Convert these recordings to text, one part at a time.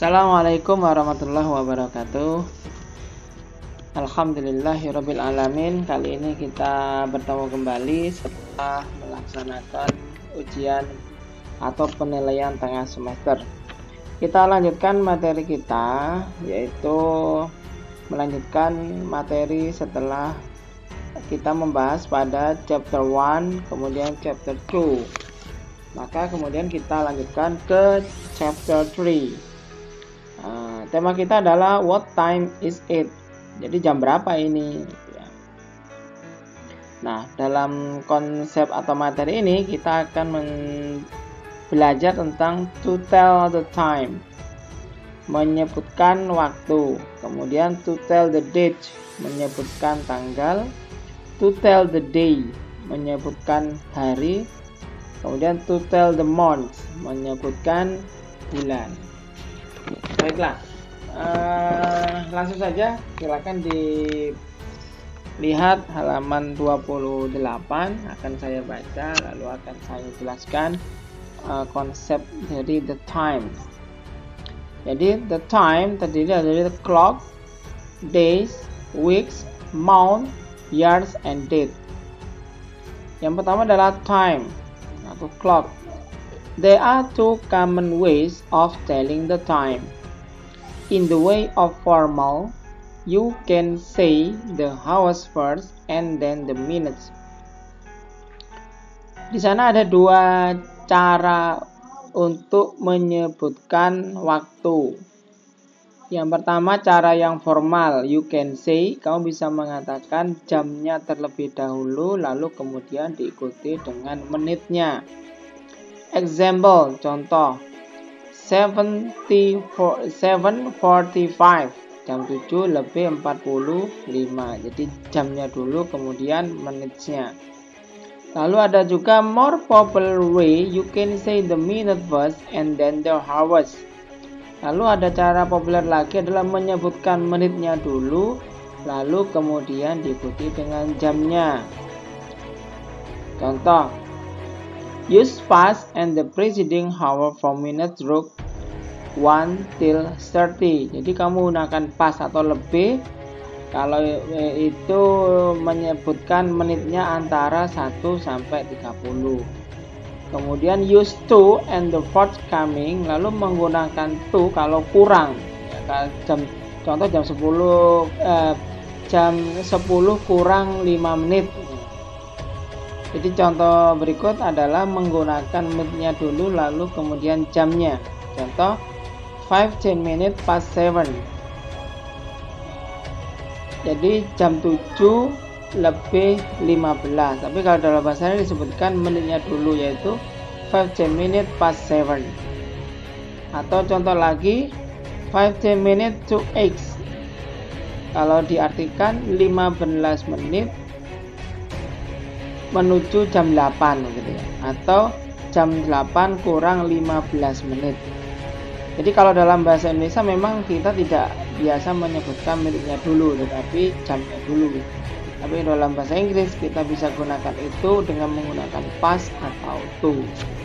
Assalamualaikum warahmatullahi wabarakatuh. Alhamdulillahirabbil alamin. Kali ini kita bertemu kembali setelah melaksanakan ujian atau penilaian tengah semester. Kita lanjutkan materi kita, yaitu melanjutkan materi setelah kita membahas pada chapter 1 kemudian chapter 2. Maka kemudian kita lanjutkan ke chapter 3. Tema kita adalah what time is it? Jadi jam berapa ini? Nah, dalam konsep atau materi ini kita akan belajar tentang to tell the time, menyebutkan waktu. Kemudian to tell the date, menyebutkan tanggal. To tell the day, menyebutkan hari. Kemudian to tell the month, menyebutkan bulan. Baiklah, langsung saja silakan dilihat halaman 28, akan saya baca lalu akan saya jelaskan konsep dari the time. Jadi the time terdiri dari the clock, days, weeks, month, years, and date. Yang pertama adalah time atau clock. There are two common ways of telling the time. In the way of formal, you can say the hours first and then the minutes. Di sana ada dua cara untuk menyebutkan waktu. Yang pertama cara yang formal, you can say, kamu bisa mengatakan jamnya terlebih dahulu lalu kemudian diikuti dengan menitnya. Example, contoh 7:45, jam 7 lebih 45. Jadi jamnya dulu kemudian menitnya. Lalu ada juga more popular way, you can say the minute first and then the hours. Lalu ada cara populer lagi adalah menyebutkan menitnya dulu lalu kemudian diikuti dengan jamnya. Contoh, use past and the preceding hour for minutes rook 1 till 30. Jadi kamu gunakan past atau lebih kalau itu menyebutkan menitnya antara 1 sampai 30. Kemudian use to and the forthcoming, lalu menggunakan to kalau kurang. Ya, contoh jam 10 kurang 5 menit. Jadi contoh berikut adalah menggunakan menitnya dulu lalu kemudian jamnya. Contoh 5-10 minutes past 7. Jadi jam 7 lebih 15. Tapi kalau dalam bahasa ini disebutkan menitnya dulu, yaitu 5-10 minutes past 7. Atau contoh lagi 5-10 minutes to 8. Kalau diartikan 15 menit menuju jam 8 gitu ya. Atau jam 8 kurang 15 menit. Jadi kalau dalam bahasa Indonesia memang kita tidak biasa menyebutkan menitnya dulu, tetapi jamnya dulu. Tapi dalam bahasa Inggris kita bisa gunakan itu dengan menggunakan past atau to.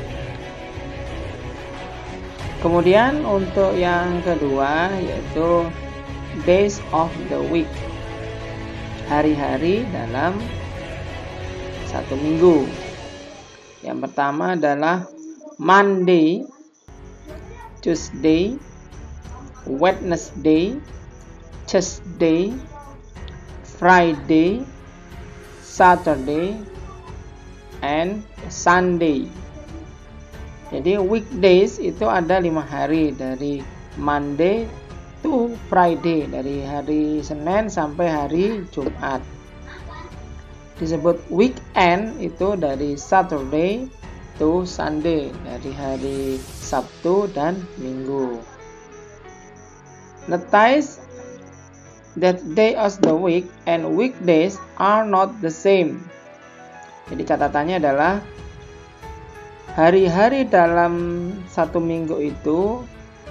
Kemudian untuk yang kedua yaitu days of the week, hari-hari dalam satu minggu. Yang pertama adalah Monday, Tuesday, Wednesday, Thursday, Friday, Saturday, and Sunday. Jadi weekdays itu ada 5 hari, dari Monday to Friday, dari hari Senin sampai hari Jumat. Disebut weekend itu dari Saturday to Sunday, dari hari Sabtu dan Minggu. Notice that day of the week and weekdays are not the same. Jadi catatannya adalah hari-hari dalam satu minggu itu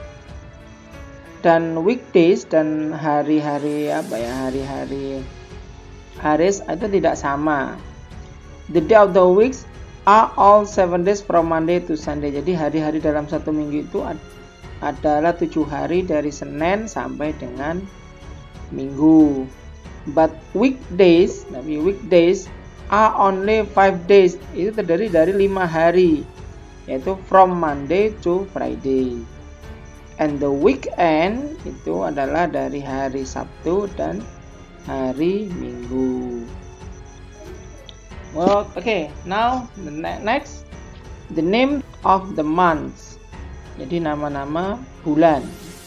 dan weekdays dan hari-hari hari-hari Haris itu tidak sama. The day of the weeks are all 7 days from Monday to Sunday. Jadi hari-hari dalam satu minggu itu adalah 7 hari dari Senin sampai dengan Minggu. But weekdays are only 5 days. Itu terdiri dari 5 hari, yaitu from Monday to Friday. And the weekend itu adalah dari hari Sabtu dan hari Minggu. Well, okay, now the next, the name of the months. Jadi nama-nama bulan.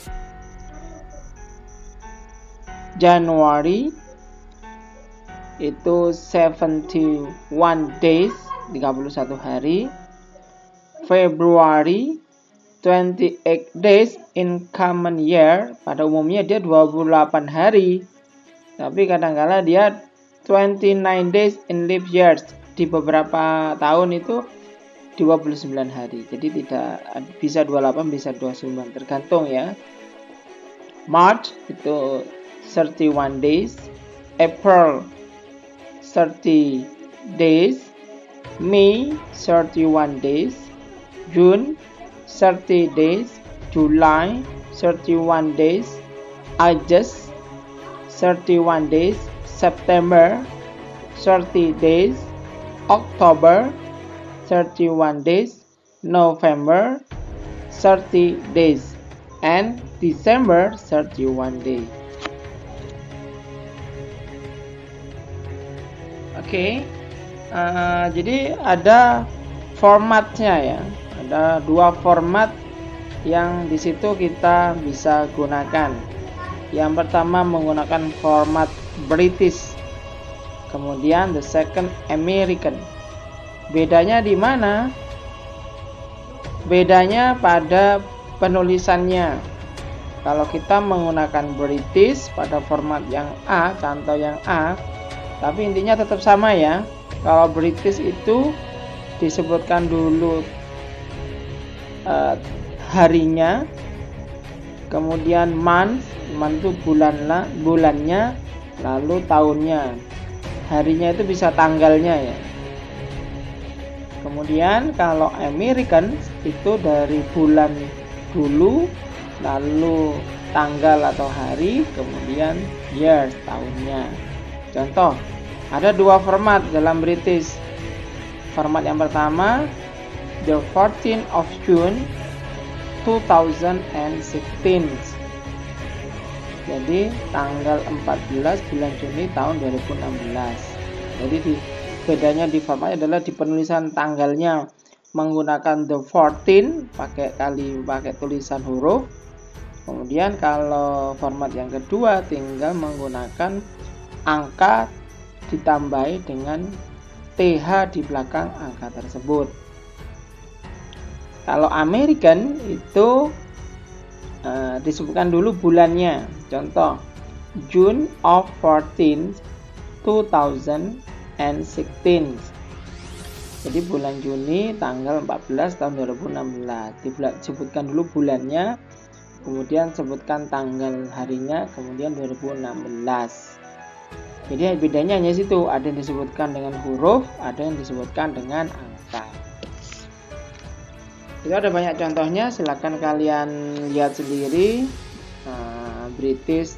January itu 71 days, 31 hari. February 28 days in common year. Pada umumnya dia 28 hari. Tapi kadang-kala dia 29 days in leap years. Di beberapa tahun itu 29 hari. Jadi tidak bisa 28, bisa 29, tergantung ya. March itu 31 days. April 30 days. May 31 days. June 30 days. July 31 days. August 31 days. September 30 days. October 31 days. November 30 days. And December 31 days. Oke. Jadi ada formatnya ya. Ada 2 format yang di situ kita bisa gunakan. Yang pertama menggunakan format British, kemudian the second American. Bedanya di mana? Bedanya pada penulisannya. Kalau kita menggunakan British pada format yang A, contoh yang A, tapi intinya tetap sama ya. Kalau British itu disebutkan dulu harinya, kemudian month itu bulannya, lalu tahunnya. Harinya itu bisa tanggalnya ya. Kemudian kalau American itu dari bulan dulu, lalu tanggal atau hari, kemudian years, tahunnya. Contoh, ada 2 format dalam British. Format yang pertama, the 14th of June 2016. Jadi tanggal 14 bulan Juni tahun 2016. Jadi bedanya di formatnya adalah di penulisan tanggalnya menggunakan the 14 pakai tulisan huruf. Kemudian kalau format yang kedua tinggal menggunakan angka ditambahi dengan TH di belakang angka tersebut. Kalau American itu disebutkan dulu bulannya. Contoh, June of 14 2016. Jadi bulan Juni tanggal 14 tahun 2016. Disebutkan dulu bulannya, kemudian sebutkan tanggal harinya, kemudian 2016. Jadi bedanya hanya situ, ada yang disebutkan dengan huruf, ada yang disebutkan dengan angka. Itu ada banyak contohnya, silakan kalian lihat sendiri. British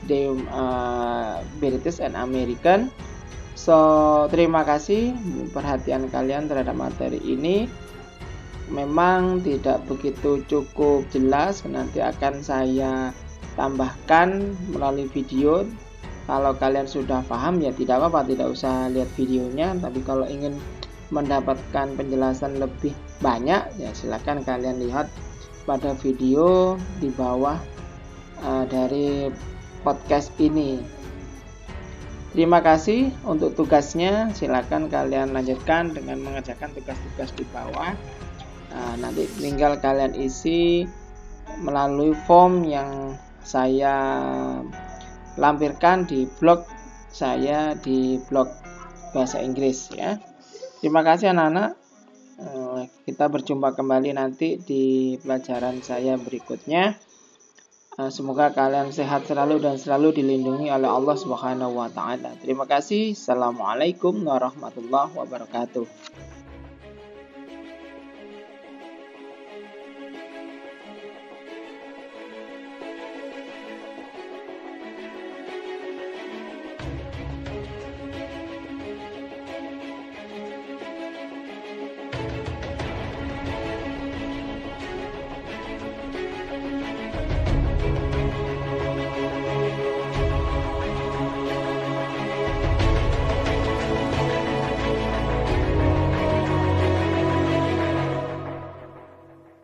and American. So terima kasih perhatian kalian terhadap materi ini. Memang tidak begitu cukup jelas, nanti akan saya tambahkan melalui video. Kalau kalian sudah paham ya tidak apa-apa, tidak usah lihat videonya. Tapi kalau ingin mendapatkan penjelasan lebih banyak ya silakan kalian lihat pada video di bawah dari podcast ini. Terima kasih untuk tugasnya, silakan kalian lanjutkan dengan mengerjakan tugas-tugas di bawah. Nanti tinggal kalian isi melalui form yang saya lampirkan di blog saya, di blog bahasa Inggris ya. Terima kasih anak-anak. Kita berjumpa kembali nanti di pelajaran saya berikutnya. Semoga kalian sehat selalu dan selalu dilindungi oleh Allah Subhanahu wa taala. Terima kasih. Assalamualaikum warahmatullahi wabarakatuh.